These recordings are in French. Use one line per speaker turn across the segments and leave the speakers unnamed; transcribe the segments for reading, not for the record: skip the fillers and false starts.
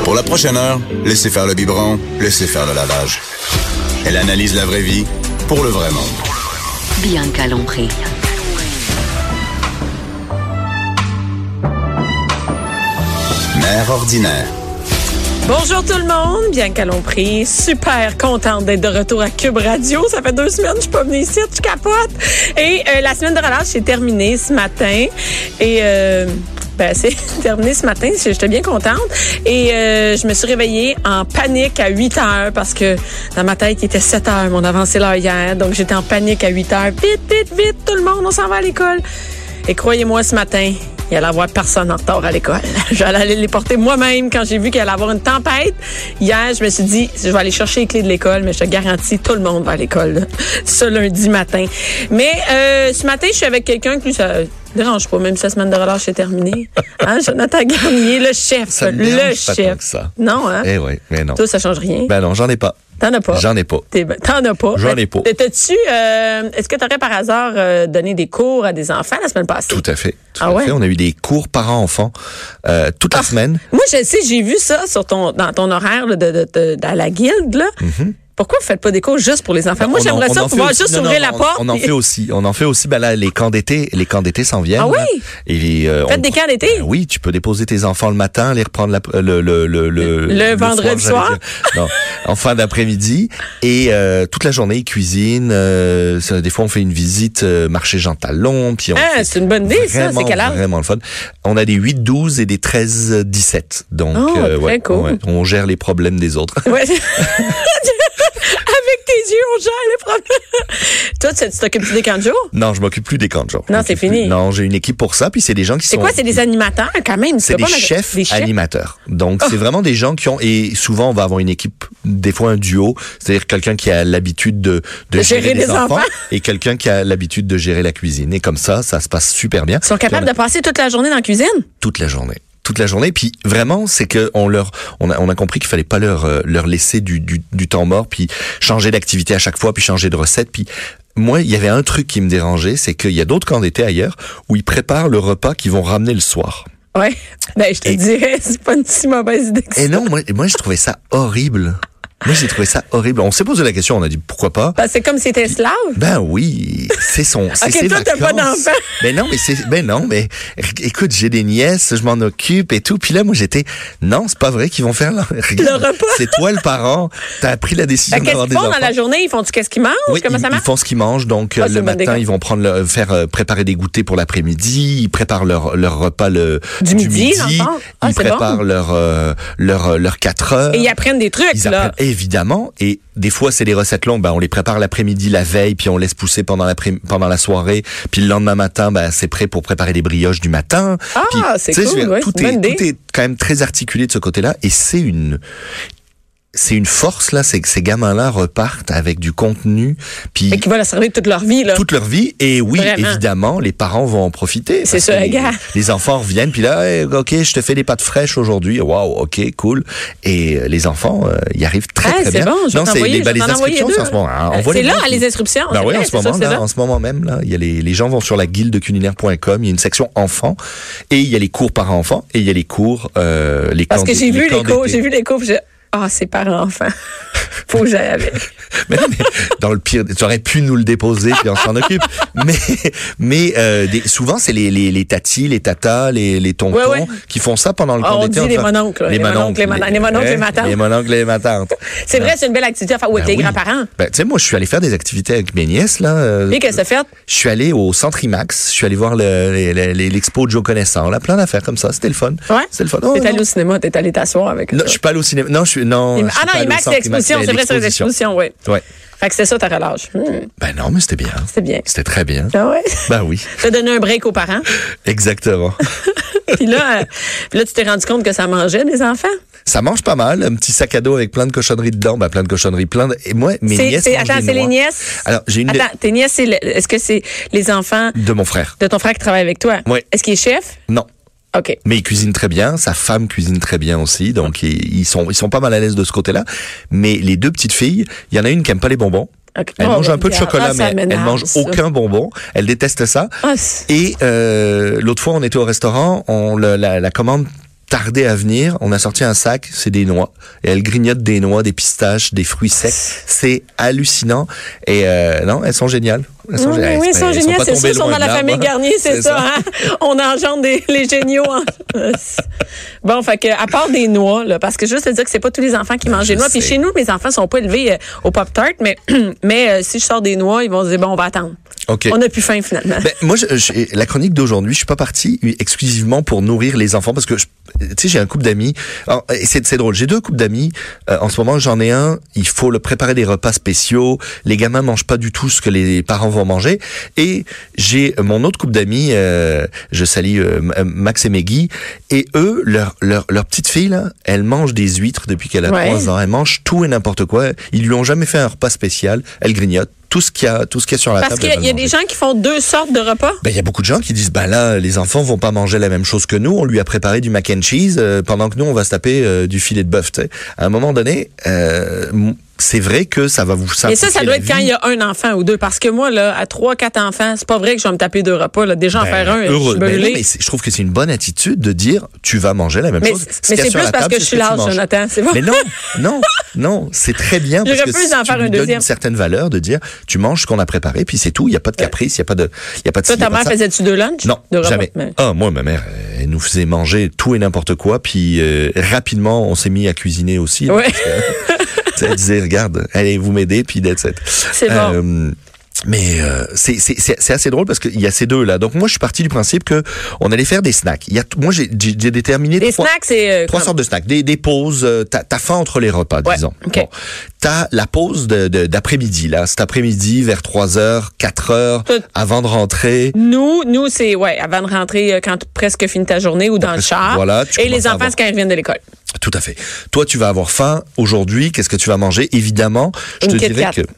Pour la prochaine heure, laissez faire le biberon, laissez faire le lavage. Elle analyse la vraie vie pour le vrai monde.
Bianca Lompré.
Mère ordinaire.
Bonjour tout le monde, Bianca Lompré, super contente d'être de retour à Cube Radio. Ça fait 2 semaines que je suis pas venue ici, je capote. Et la semaine de relâche s'est terminée ce matin. Et c'est terminé ce matin, j'étais bien contente. Et je me suis réveillée en panique à 8 heures parce que dans ma tête, il était 7 heures, mais on a avancé l'heure hier. Donc j'étais en panique à 8 heures. Vite, tout le monde, on s'en va à l'école. Et croyez-moi, ce matin, il allait avoir personne en retard à l'école. J'allais aller les porter moi-même quand j'ai vu qu'il allait avoir une tempête. Hier, je me suis dit, je vais aller chercher les clés de l'école, mais je te garantis, tout le monde va à l'école là, ce lundi matin. Mais ce matin, je suis avec quelqu'un qui ça dérange pas, même si la semaine de relâche est terminée. Hein, Jonathan Garnier, le chef.
Ça me
le
dérange pas
chef.
tant que ça.
Non, hein?
Eh oui, mais non.
Toi, ça change rien.
Ben non, j'en ai pas.
T'en as pas.
J'en ai pas.
T'en as pas.
J'en ai pas.
T'as-tu, est-ce que t'aurais par hasard donné des cours à des enfants la semaine passée?
Tout à fait.
Ah ouais?
On a eu des cours parents-enfants toute la semaine.
Moi, je sais, j'ai vu ça sur dans ton horaire là, à la guilde, là. Mm-hmm. Pourquoi vous faites pas des cours juste pour les enfants? Moi, j'aimerais ça pouvoir juste ouvrir la porte.
On en fait aussi. Ben là, les camps d'été s'en viennent.
Ah oui?
Faites
des camps d'été?
Oui, tu peux déposer tes enfants le matin, les reprendre le
vendredi soir.
Non, en fin d'après-midi. Et toute la journée, ils cuisinent. Des fois, on fait une visite marché Jean Talon. Puis
c'est une bonne idée, ça. C'est quel âge?
Vraiment le fun. On a des 8-12 et des 13-17. Donc,
très cool.
Ouais, on gère les problèmes des autres.
Ouais. Avec tes yeux, on gère les problèmes. Toi, tu t'occupes des camps de jour?
Non, je m'occupe plus des camps de jour.
Non, c'est fini.
Non, j'ai une équipe pour ça, puis c'est des gens qui sont...
C'est quoi? C'est des animateurs, quand même?
C'est des chefs animateurs. Donc, c'est vraiment des gens qui ont... Et souvent, on va avoir une équipe, des fois un duo, c'est-à-dire quelqu'un qui a l'habitude de gérer des enfants et quelqu'un qui a l'habitude de gérer la cuisine. Et comme ça se passe super bien.
Ils sont capables de passer toute la journée dans la cuisine?
Toute la journée. Puis vraiment, c'est que on a compris qu'il fallait pas leur laisser du temps mort, puis changer d'activité à chaque fois, puis changer de recette. Puis moi, il y avait un truc qui me dérangeait, c'est qu'il y a d'autres camps d'été ailleurs où ils préparent le repas qu'ils vont ramener le soir.
Ouais. Ben je te dirais, c'est pas une si mauvaise idée que ça.
Et non, moi je trouvais ça horrible. Moi, j'ai trouvé ça horrible. On s'est posé la question, on a dit pourquoi pas.
Ben, c'est comme si t'étais esclave.
Ben oui, c'est ses
toi,
vacances.
t'as pas d'enfant.
Ben non, mais écoute, j'ai des nièces, je m'en occupe et tout. Puis là, moi, non, c'est pas vrai qu'ils vont faire le
repas.
C'est toi le parent, t'as pris la décision d'avoir des enfants.
Qu'est-ce qu'ils font dans la journée? Ils font qu'est-ce qu'ils mangent?
Oui,
Comment ça marche?
Ils font ce qu'ils mangent. Donc, le matin, ils vont faire préparer des goûters pour l'après-midi. Ils préparent leur repas du midi. Ils préparent leur 4 heures.
Et ils apprennent des trucs, là.
Évidemment. Et des fois, c'est des recettes longues. Ben, on les prépare l'après-midi, la veille, puis on laisse pousser pendant la soirée. Puis le lendemain matin, c'est prêt pour préparer des brioches du matin.
Ah,
puis,
c'est cool. Ouais,
tout est quand même très articulé de ce côté-là. Et c'est une force, là, c'est que ces gamins-là repartent avec du contenu. Puis
et qui va la servir toute leur vie, là.
Toute leur vie. Et oui,
vraiment.
Évidemment, les parents vont en profiter.
C'est ça, gars.
Les enfants reviennent, puis là, hey, OK, je te fais des pâtes fraîches aujourd'hui. Wow, OK, cool. Et les enfants, y arrivent très bien.
C'est bon, je vais t'envoyer,
les inscriptions, c'est en ce moment.
C'est là, les inscriptions.
Ben oui, en ce moment même, là, il y a les gens vont sur la guildeculinaire.com, il y a une section enfants, et il y a les cours parents-enfants, et il y a les cours,
Parce que j'ai vu les cours, c'est parents-enfants. Faut que j'aille avec.
mais dans le pire, tu aurais pu nous le déposer puis on s'en occupe. Mais souvent c'est les tatis, les tatas, les tontons qui font ça pendant le camp d'été.
On dit les mononcles, les mononcles et ma tante.
Les mononcles et ma tante.
C'est vrai, c'est une belle activité à faire avec tes grands-parents.
Ben tu sais, moi je suis allé faire des activités avec mes nièces là.
Et qu'est-ce que ça fait?
Je suis allé au Centre IMAX, je suis allé voir l'expo de Joe Connaissant, là, plein d'affaires comme ça, c'était le fun.
Ouais.
C'était le fun.
T'es allé au cinéma, t'es allé t'asseoir avec
Non, je suis pas allé au cinéma. Non,
IMAX, c'est l'exposition, c'est vrai, c'est l'exposition, oui.
Ouais.
Fait que c'est ça ta relâche.
Ben non, mais c'était bien.
C'était bien.
C'était très bien.
Ah ouais?
Ben oui.
T'as donné un break aux parents.
Exactement.
Puis là, tu t'es rendu compte que ça mangeait des enfants?
Ça mange pas mal, un petit sac à dos avec plein de cochonneries dedans, plein de cochonneries, Et moi, mes nièces mangent
c'est les nièces?
Alors, j'ai une...
Attends, tes nièces, est-ce que c'est les enfants...
De mon frère.
De ton frère qui travaille avec toi?
Oui.
Est-ce qu'il est chef?
Non.
OK.
Mais il cuisine très bien, sa femme cuisine très bien aussi, donc ils sont pas mal à l'aise de ce côté-là. Mais les 2 petites filles, il y en a une qui aime pas les bonbons. Okay. Elle mange un peu de chocolat, mais elle mange aucun bonbon. Elle déteste ça. Et l'autre fois, on était au restaurant, la commande tardé à venir. On a sorti un sac, c'est des noix. Et elle grignote des noix, des pistaches, des fruits secs. C'est hallucinant. Et non, elles sont géniales.
Oui, elles sont géniales. C'est sûr, ils sont dans la famille Garnier, c'est ça. Hein? On engendre les géniaux. Bon, fait que à part des noix, là, parce que juste te dire que c'est pas tous les enfants qui mangent des noix. Puis chez nous, mes enfants sont pas élevés au Pop-Tart, mais si je sors des noix, ils vont se dire, bon, on va attendre. Okay. On n'a plus faim, finalement.
Ben, moi, la chronique d'aujourd'hui, je suis pas parti exclusivement pour nourrir les enfants, parce que, tu sais, j'ai un couple d'amis. Alors, c'est drôle. J'ai 2 couples d'amis. En ce moment, j'en ai un. Il faut le préparer des repas spéciaux. Les gamins mangent pas du tout ce que les parents vont manger. Et j'ai mon autre couple d'amis. Je salue Max et Meggy. Et eux, leur petite fille, là, elle mange des huîtres depuis qu'elle a 3 ans. Elle mange tout et n'importe quoi. Ils lui ont jamais fait un repas spécial. Elle grignote tout ce qu'il y a sur la table.
Parce qu'il y a des gens qui font 2 sortes de repas.
Ben, il y a beaucoup de gens qui disent, ben là, les enfants vont pas manger la même chose que nous. On lui a préparé du mac and cheese, pendant que nous, on va se taper du filet de bœuf, tu sais. À un moment donné, c'est vrai que ça va vous simplifier.
Et ça doit être quand il y a un enfant ou 2. Parce que moi, là, à 3-4 enfants, c'est pas vrai que je vais me taper 2 repas, là. Déjà, en faire un, je suis brûlée.
Mais je trouve que c'est une bonne attitude de dire, tu vas manger la même chose.
Mais c'est plus parce que je suis large, Jonathan, c'est bon.
Mais non, c'est très bien.
Je refuse d'en faire un deuxième.
Une certaine valeur de dire, tu manges ce qu'on a préparé, puis c'est tout. Il n'y a pas de caprice, il n'y a pas de
Toi, ta mère faisait-tu 2 lunchs?
Non, jamais. Moi, ma mère, elle nous faisait manger tout et n'importe quoi, puis rapidement, on s'est mis à cuisiner aussi.
Ouais.
Elle disait, regarde, allez, vous m'aider, puis that's it.
C'est bon.
Mais c'est assez drôle parce qu'il y a ces 2 là. Donc moi je suis parti du principe que on allait faire des snacks. Moi j'ai déterminé
des snacks, c'est
3 sortes de snacks. Des pauses. T'as faim entre les repas, disons.
Okay.
Bon, t'as la pause d'après-midi là. Cet après-midi vers 3h, 4h, avant de rentrer.
Nous c'est avant de rentrer quand presque fini ta journée ou dans le char.
Voilà.
Et les enfants c'est quand ils reviennent de l'école.
Tout à fait. Toi tu vas avoir faim aujourd'hui. Qu'est-ce que tu vas manger? Évidemment, je te dirais que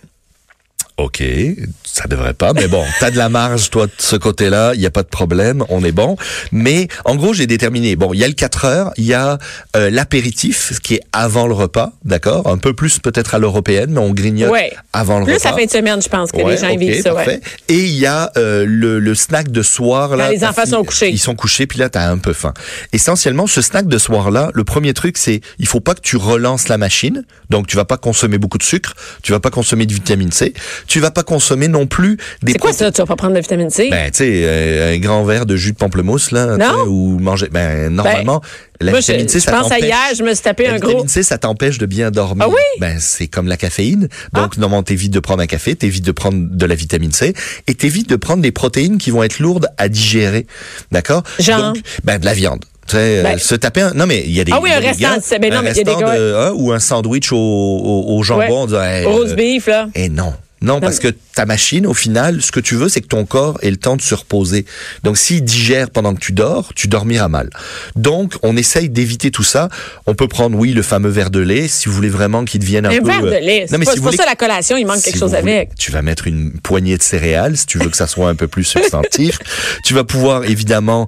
OK, ça devrait pas, mais bon, t'as de la marge, toi, de ce côté-là, il y a pas de problème, on est bon. Mais, en gros, j'ai déterminé, bon, il y a le 4 heures, il y a l'apéritif, ce qui est avant le repas, d'accord? Un peu plus peut-être à l'européenne, mais on grignote avant le repas.
Plus à fin de semaine, je pense, que les gens vivent ça,
parfait. Et il y a le snack de soir, là.
Quand les enfants sont couchés.
Ils sont couchés, puis là, t'as un peu faim. Essentiellement, ce snack de soir-là, le premier truc, c'est, il faut pas que tu relances la machine, donc tu vas pas consommer beaucoup de sucre, tu vas pas consommer de vitamine C, tu vas pas consommer non plus des...
C'est quoi ça? Tu vas pas prendre de vitamine C?
Ben, tu sais, un grand verre de jus de pamplemousse, là. Ou manger... Ben, normalement, la vitamine C, ça t'empêche...
Je pense à hier, je me suis tapé un gros...
La vitamine C, ça t'empêche de bien dormir.
Ah oui?
Ben, c'est comme la caféine. Donc, normalement, t'évites de prendre un café, t'évites de prendre de la vitamine C, et t'évites de prendre des protéines qui vont être lourdes à digérer. D'accord? Genre? Donc, de la viande. Se taper un... Non, mais il y a des...
Ah oui, un restant. Mais non, mais il y a des gars...
ou un sandwich au jambon.
Au roast beef, là.
Et non, parce que ta machine, au final, ce que tu veux, c'est que ton corps ait le temps de se reposer. Donc, s'il digère pendant que tu dors, tu dormiras mal. Donc, on essaye d'éviter tout ça. On peut prendre, le fameux verre de lait, si vous voulez vraiment qu'il devienne un peu...
Un verre de lait, c'est pour ça la collation, il manque quelque chose avec.
Tu vas mettre une poignée de céréales, si tu veux que ça soit un peu plus substantif. Tu vas pouvoir, évidemment,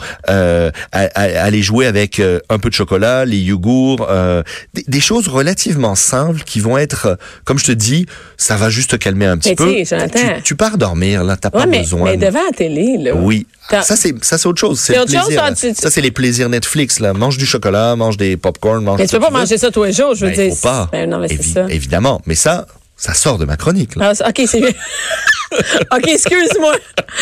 aller jouer avec un peu de chocolat, les yogourts, des choses relativement simples qui vont être, comme je te dis, ça va juste te calmer un petit peu. Tu pars dormir, là, t'as pas besoin.
Mais devant la télé, là.
Oui. Ça, c'est autre chose. C'est autre chose, ça, c'est les plaisirs Netflix, là. Mange du chocolat, mange des popcorn, mange.
Mais tu peux pas manger ça tous les jours, je veux dire.
Faut pas.
Non, mais c'est ça.
Évidemment. Mais ça sort de ma chronique, là.
OK, c'est bien. OK, excuse-moi.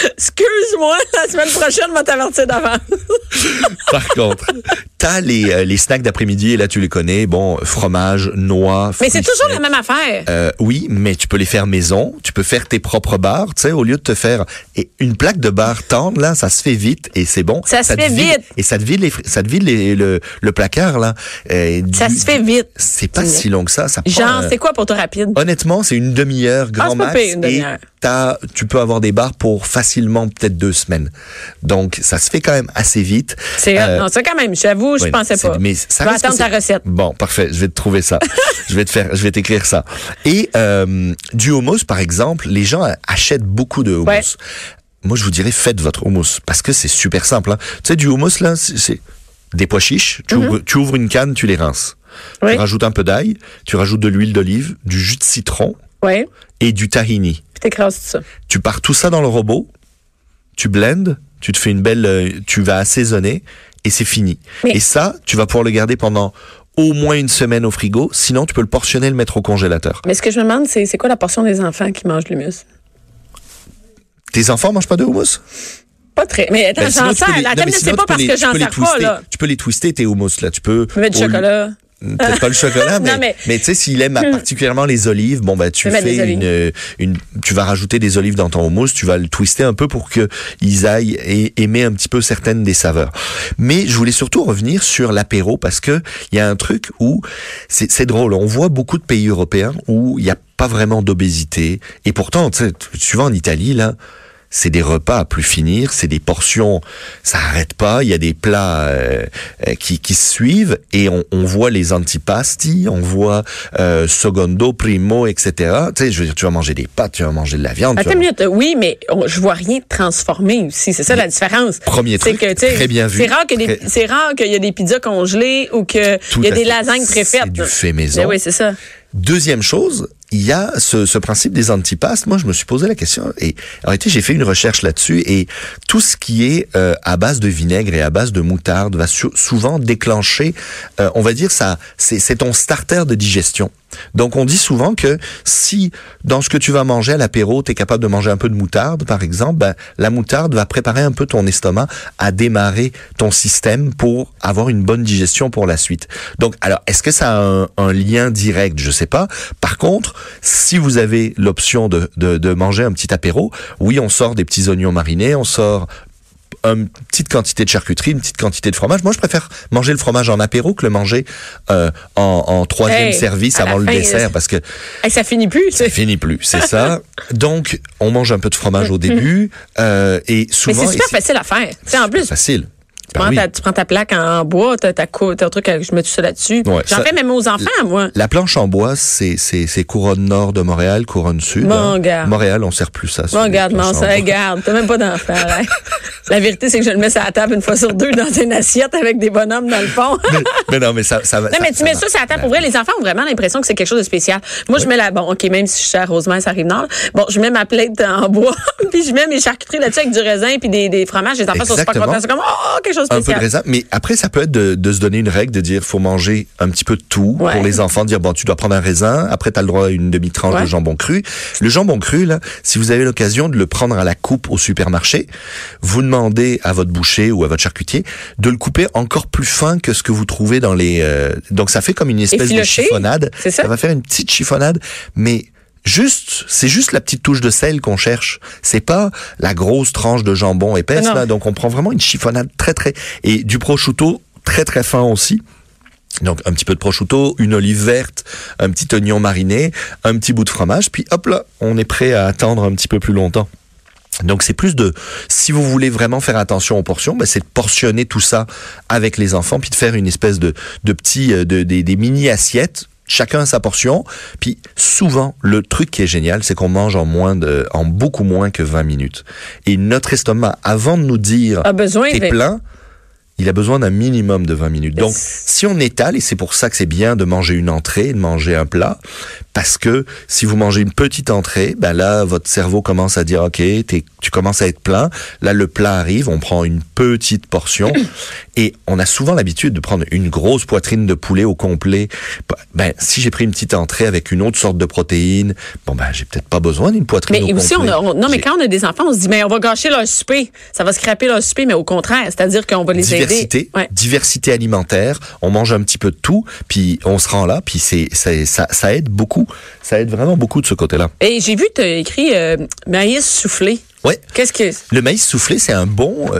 La semaine prochaine, je vais t'avertir d'avance.
Par contre, t'as les snacks d'après-midi, et là, tu les connais. Bon, fromage, noix,
mais c'est toujours la même affaire.
Oui, mais tu peux les faire maison. Tu peux faire tes propres barres, tu sais, au lieu de te faire une plaque de barres tendre, là, ça se fait vite et c'est bon.
Ça se fait vite.
Et ça te vide le placard, là.
Ça se fait vite.
C'est pas si long que ça.
Genre, c'est quoi pour toi rapide?
Honnêtement, c'est une demi-heure, grand max.
Pas une demi-heure.
Tu peux avoir des barres pour facilement peut-être 2 semaines. Donc, ça se fait quand même assez vite.
C'est quand même, j'avoue, je pensais pas.
Mais
ça je vais attendre ta recette.
Bon, parfait, je vais te trouver ça. je vais t'écrire ça. Et du hummus, par exemple, les gens achètent beaucoup de hummus. Ouais. Moi, je vous dirais, faites votre hummus, parce que c'est super simple. Hein. Tu sais, du hummus, là, c'est des pois chiches, tu ouvres une canne, tu les rinces. Oui. Tu rajoutes un peu d'ail, tu rajoutes de l'huile d'olive, du jus de citron et du tahini.
Puis t'écrases tout ça.
Tu pars tout ça dans le robot, tu blendes, tu te fais tu vas assaisonner et c'est fini.
Mais-
Et ça, tu vas pouvoir le garder pendant au moins une semaine au frigo. Sinon, tu peux le portionner et le mettre au congélateur.
Mais ce que je me demande, c'est quoi la portion des enfants qui mangent l'hummus?
Tes enfants mangent pas de hummus?
Pas très. Mais attends,
Ben, sinon,
j'en
tu peux
sers.
les- non,
Attends,
mais
c'est
sinon,
pas
tu peux
parce
les-
que
tu
j'en
peux les
sers pas,
twister.
là.
Tu peux les twister, tes hummus, là. Tu peux...
Je peux mettre du chocolat.
Peut-être pas le chocolat,
Non,
mais tu sais, s'il aime particulièrement les olives, bon, ben, tu
Je vais mettre
fais
des
tu vas rajouter des olives dans ton hummus, tu vas le twister un peu pour que ils aillent et aimer un petit peu certaines des saveurs. Mais je voulais surtout revenir sur l'apéro parce que il y a un truc où c'est drôle. On voit beaucoup de pays européens où il n'y a pas vraiment d'obésité et pourtant, tu vas en Italie, là, c'est des repas à plus finir, c'est des portions, ça arrête pas, il y a des plats qui se suivent et on voit les antipasti, on voit secondo, primo, etc. Tu sais, je veux dire, tu vas manger des pâtes, tu vas manger de la viande.
Attends une minute. Oui, mais je vois rien de transformé aussi. C'est ça la différence.
Premier
C'est
truc,
que, tu sais,
très bien vu.
C'est rare qu'il y a des pizzas congelées ou qu'il
Tout
y a
à
des
fait.
lasagnes préfaites.
C'est du fait maison.
Ben oui, c'est ça.
Deuxième chose, il y a ce principe des antipastes. Moi, je me suis posé la question et en réalité, j'ai fait une recherche là-dessus et tout ce qui est à base de vinaigre et à base de moutarde va souvent déclencher, on va dire ça, c'est ton starter de digestion. Donc, on dit souvent que si dans ce que tu vas manger à l'apéro, tu es capable de manger un peu de moutarde, par exemple, ben, la moutarde va préparer un peu ton estomac à démarrer ton système pour avoir une bonne digestion pour la suite. Donc, alors, est-ce que ça a un lien direct? Je sais pas. Par contre, si vous avez l'option de manger un petit apéro, oui, on sort des petits oignons marinés, on sort une petite quantité de charcuterie, une petite quantité de fromage. Moi, je préfère manger le fromage en apéro que le manger en troisième service
à la
avant le
fin,
dessert, parce que
Ça finit plus.
ça finit plus, c'est ça. Donc, on mange un peu de fromage au début et souvent...
Mais c'est super facile à faire. Tu sais, en plus,
facile.
tu
Ben oui.
prends ta plaque en bois, t'as un truc, je mets tout ça là-dessus.
Ouais,
J'en
ça-
fais même aux enfants, moi.
La planche en bois, c'est couronne nord de Montréal, couronne sud.
Bon, regarde.
Montréal, on sert plus ça.
Bon, regarde, regarde, t'as même pas d'enfant. Hein. La vérité, c'est que je le mets sur la table une fois sur deux dans une assiette avec des bonhommes dans le fond.
mais non, mais ça va.
Non, mais tu mets ça sur la table. Pour vrai, les enfants ont vraiment l'impression que c'est quelque chose de spécial. Moi, je mets bon, OK, même si je suis à Rosemère, ça arrive nord. Bon, je mets ma plainte en bois, puis je mets mes charcuteries là-dessus avec du raisin puis des fromages. Les enfants sont super contents. C'est comme, oh, quelque chose de
un peu
spécial.
de raisin, mais après ça peut être de se donner une règle de dire faut manger un petit peu de tout
Ouais.
pour les enfants, dire bon tu dois prendre un raisin, après tu as le droit à une demi-tranche
Ouais.
de jambon cru. Le jambon cru là, si vous avez l'occasion de le prendre à la coupe au supermarché, vous demandez à votre boucher ou à votre charcutier de le couper encore plus fin que ce que vous trouvez dans les donc ça fait comme une espèce de
Effiloché,
chiffonnade.
c'est ça?
Va faire une petite chiffonnade, mais c'est juste la petite touche de sel qu'on cherche. C'est pas la grosse tranche de jambon épaisse,
Non.
là. Donc, on prend vraiment une chiffonnade et du prosciutto très, très fin aussi. Donc, un petit peu de prosciutto, une olive verte, un petit oignon mariné, un petit bout de fromage. Puis, hop là, on est prêt à attendre un petit peu plus longtemps. Donc, c'est plus si vous voulez vraiment faire attention aux portions, ben, c'est de portionner tout ça avec les enfants puis de faire une espèce de petits, des mini assiettes. Chacun a sa portion. Puis souvent, le truc qui est génial, c'est qu'on mange en beaucoup moins que 20 minutes. Et notre estomac, avant de nous dire
A besoin
t'es
de-
plein, il a besoin d'un minimum de 20 minutes. Donc, si on étale, et c'est pour ça que c'est bien de manger une entrée, de manger un plat, parce que si vous mangez une petite entrée, ben là, votre cerveau commence à dire, OK, tu commences à être plein. Là, le plat arrive, on prend une petite portion, et on a souvent l'habitude de prendre une grosse poitrine de poulet au complet. Ben, si j'ai pris une petite entrée avec une autre sorte de protéine, bon, ben, j'ai peut-être pas besoin d'une poitrine
Mais
au
aussi,
complet.
non, mais quand on a des enfants, on se dit, mais on va gâcher leur souper. Ça va scraper leur souper, mais au contraire, c'est-à-dire qu'on va les aider. Ouais.
Diversité alimentaire, on mange un petit peu de tout, puis on se rend là, puis ça aide beaucoup, ça aide vraiment beaucoup de ce côté-là.
Et j'ai vu que tu as écrit maïs soufflé.
Ouais.
Qu'est-ce que
Le maïs soufflé, c'est un bon,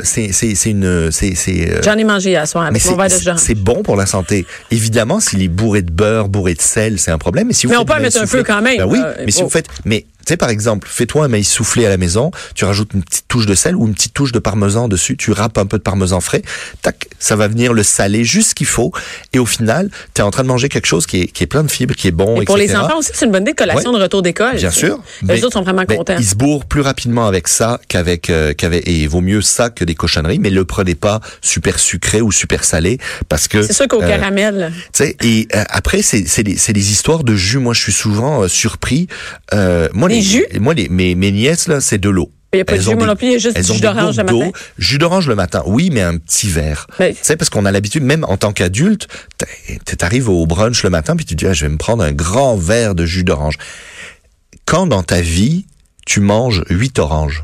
j'en ai mangé hier soir
mais
avec mon verre de jus.
c'est bon pour la santé. Évidemment, s'il est bourré de beurre, bourré de sel, c'est un problème. Mais si vous
Mais
faites
on peut
du
en
maïs
mettre un
soufflé,
peu quand même.
ben oui, mais si vous faites, tu sais, par exemple, fais-toi un maïs soufflé à la maison, tu rajoutes une petite touche de sel ou une petite touche de parmesan dessus, tu râpes un peu de parmesan frais, tac, ça va venir le saler juste ce qu'il faut, et au final, tu es en train de manger quelque chose qui est plein de fibres, qui est bon,
Et pour
etc.
les enfants aussi, c'est une bonne idée de collation de retour d'école.
Bien sûr.
Les autres sont vraiment contents.
Ils se bourrent plus rapidement avec ça et vaut mieux ça que des cochonneries, mais le prenez pas super sucré ou super salé parce que
C'est sûr qu'au caramel.
tu sais, et après c'est des histoires de jus. Moi, je suis souvent surpris. Moi,
Les jus?
Moi, mes nièces là, c'est de l'eau.
Il n'y a pas de jus, moi non plus, il y a juste du jus d'orange le matin.
Jus d'orange le matin, oui, mais un petit verre. Tu sais, parce qu'on a l'habitude, même en tant qu'adulte, t'arrives au brunch le matin, puis tu dis, je vais me prendre un grand verre de jus d'orange. Quand dans ta vie, tu manges 8 oranges,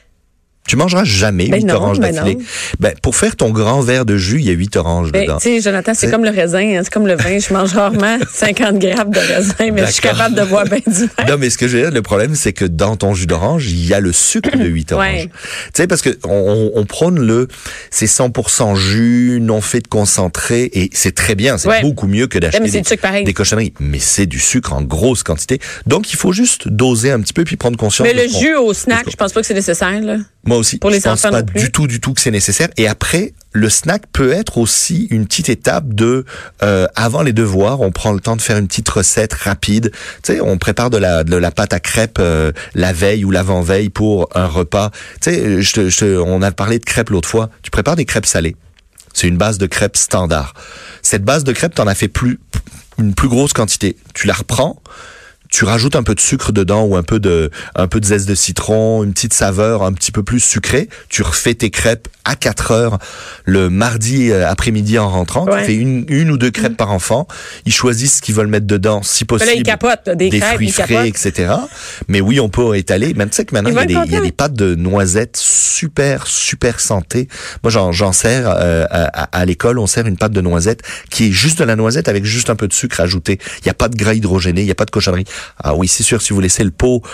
tu mangeras jamais 8 oranges d'affilée. Pour faire ton grand verre de jus, il y a 8 oranges dedans.
Tu sais, Jonathan, c'est comme le raisin, c'est comme le vin. Je mange rarement 50 grammes de raisin, mais je suis capable de boire bien du vin.
Non, mais ce que je veux dire, le problème, c'est que dans ton jus d'orange, il y a le sucre de 8 oranges. Tu sais, parce que on prône c'est 100% jus, non fait de concentré, et c'est très bien, c'est beaucoup mieux que d'acheter des cochonneries. Mais c'est du sucre en grosse quantité. Donc, il faut juste doser un petit peu, puis prendre conscience.
Mais le jus au snack, je pense pas que c'est nécessaire, là.
Moi aussi,
pour les
je pense
enfants
pas
non plus.
du tout que c'est nécessaire. Et après, le snack peut être aussi une petite étape avant les devoirs, on prend le temps de faire une petite recette rapide. Tu sais, on prépare de la pâte à crêpes la veille ou l'avant-veille pour un repas. Tu sais, on a parlé de crêpes l'autre fois. Tu prépares des crêpes salées. C'est une base de crêpes standard. Cette base de crêpes, t'en as fait une plus grosse quantité. Tu la reprends. Tu rajoutes un peu de sucre dedans ou un peu de zeste de citron, une petite saveur un petit peu plus sucrée. Tu refais tes crêpes à 4 heures le mardi après-midi en rentrant. Tu fais une ou deux crêpes par enfant. Ils choisissent ce qu'ils veulent mettre dedans, si possible.
Là, ils capotent, des crêpes,
fruits frais, etc. Mais oui, on peut étaler. Même tu sais que maintenant, il y a des pâtes de noisettes super santé. Moi, j'en sers à l'école. On sert une pâte de noisettes qui est juste de la noisette avec juste un peu de sucre ajouté. Il y a pas de gras hydrogéné, il y a pas de cochonnerie. Ah oui, c'est sûr, si vous laissez le pot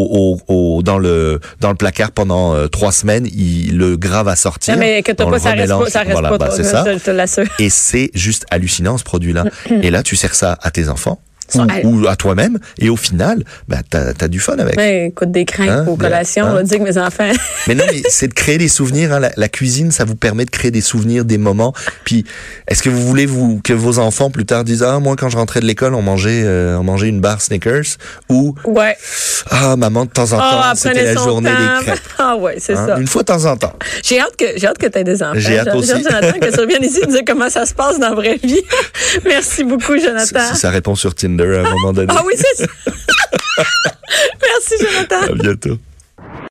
dans le placard pendant 3 semaines, le gras va sortir.
Non, mais que t'as pas, ça reste pas.
C'est ça.
Je te l'assure.
Et c'est juste hallucinant, ce produit-là. Et là, tu sers ça à tes enfants. Ou à toi-même, et au final, t'as du fun avec.
Écoute, des crêpes aux collations, on va dire que mes enfants.
Mais non, mais c'est de créer des souvenirs. Hein. La cuisine, ça vous permet de créer des souvenirs, des moments. Puis, est-ce que vous voulez que vos enfants plus tard disent moi quand je rentrais de l'école, on mangeait une barre Snickers, ou maman de temps en temps, c'était la journée des crêpes.
Ah ouais, c'est ça.
Une fois de temps en temps.
J'ai hâte que t'aies des enfants.
J'ai hâte aussi.
Jonathan, que tu reviennes ici et dire comment ça se passe dans la vraie vie. Merci beaucoup, Jonathan.
Si ça répond sur Tinder à un moment donné.
Ah oui, c'est ça. Merci, Jonathan.
À bientôt.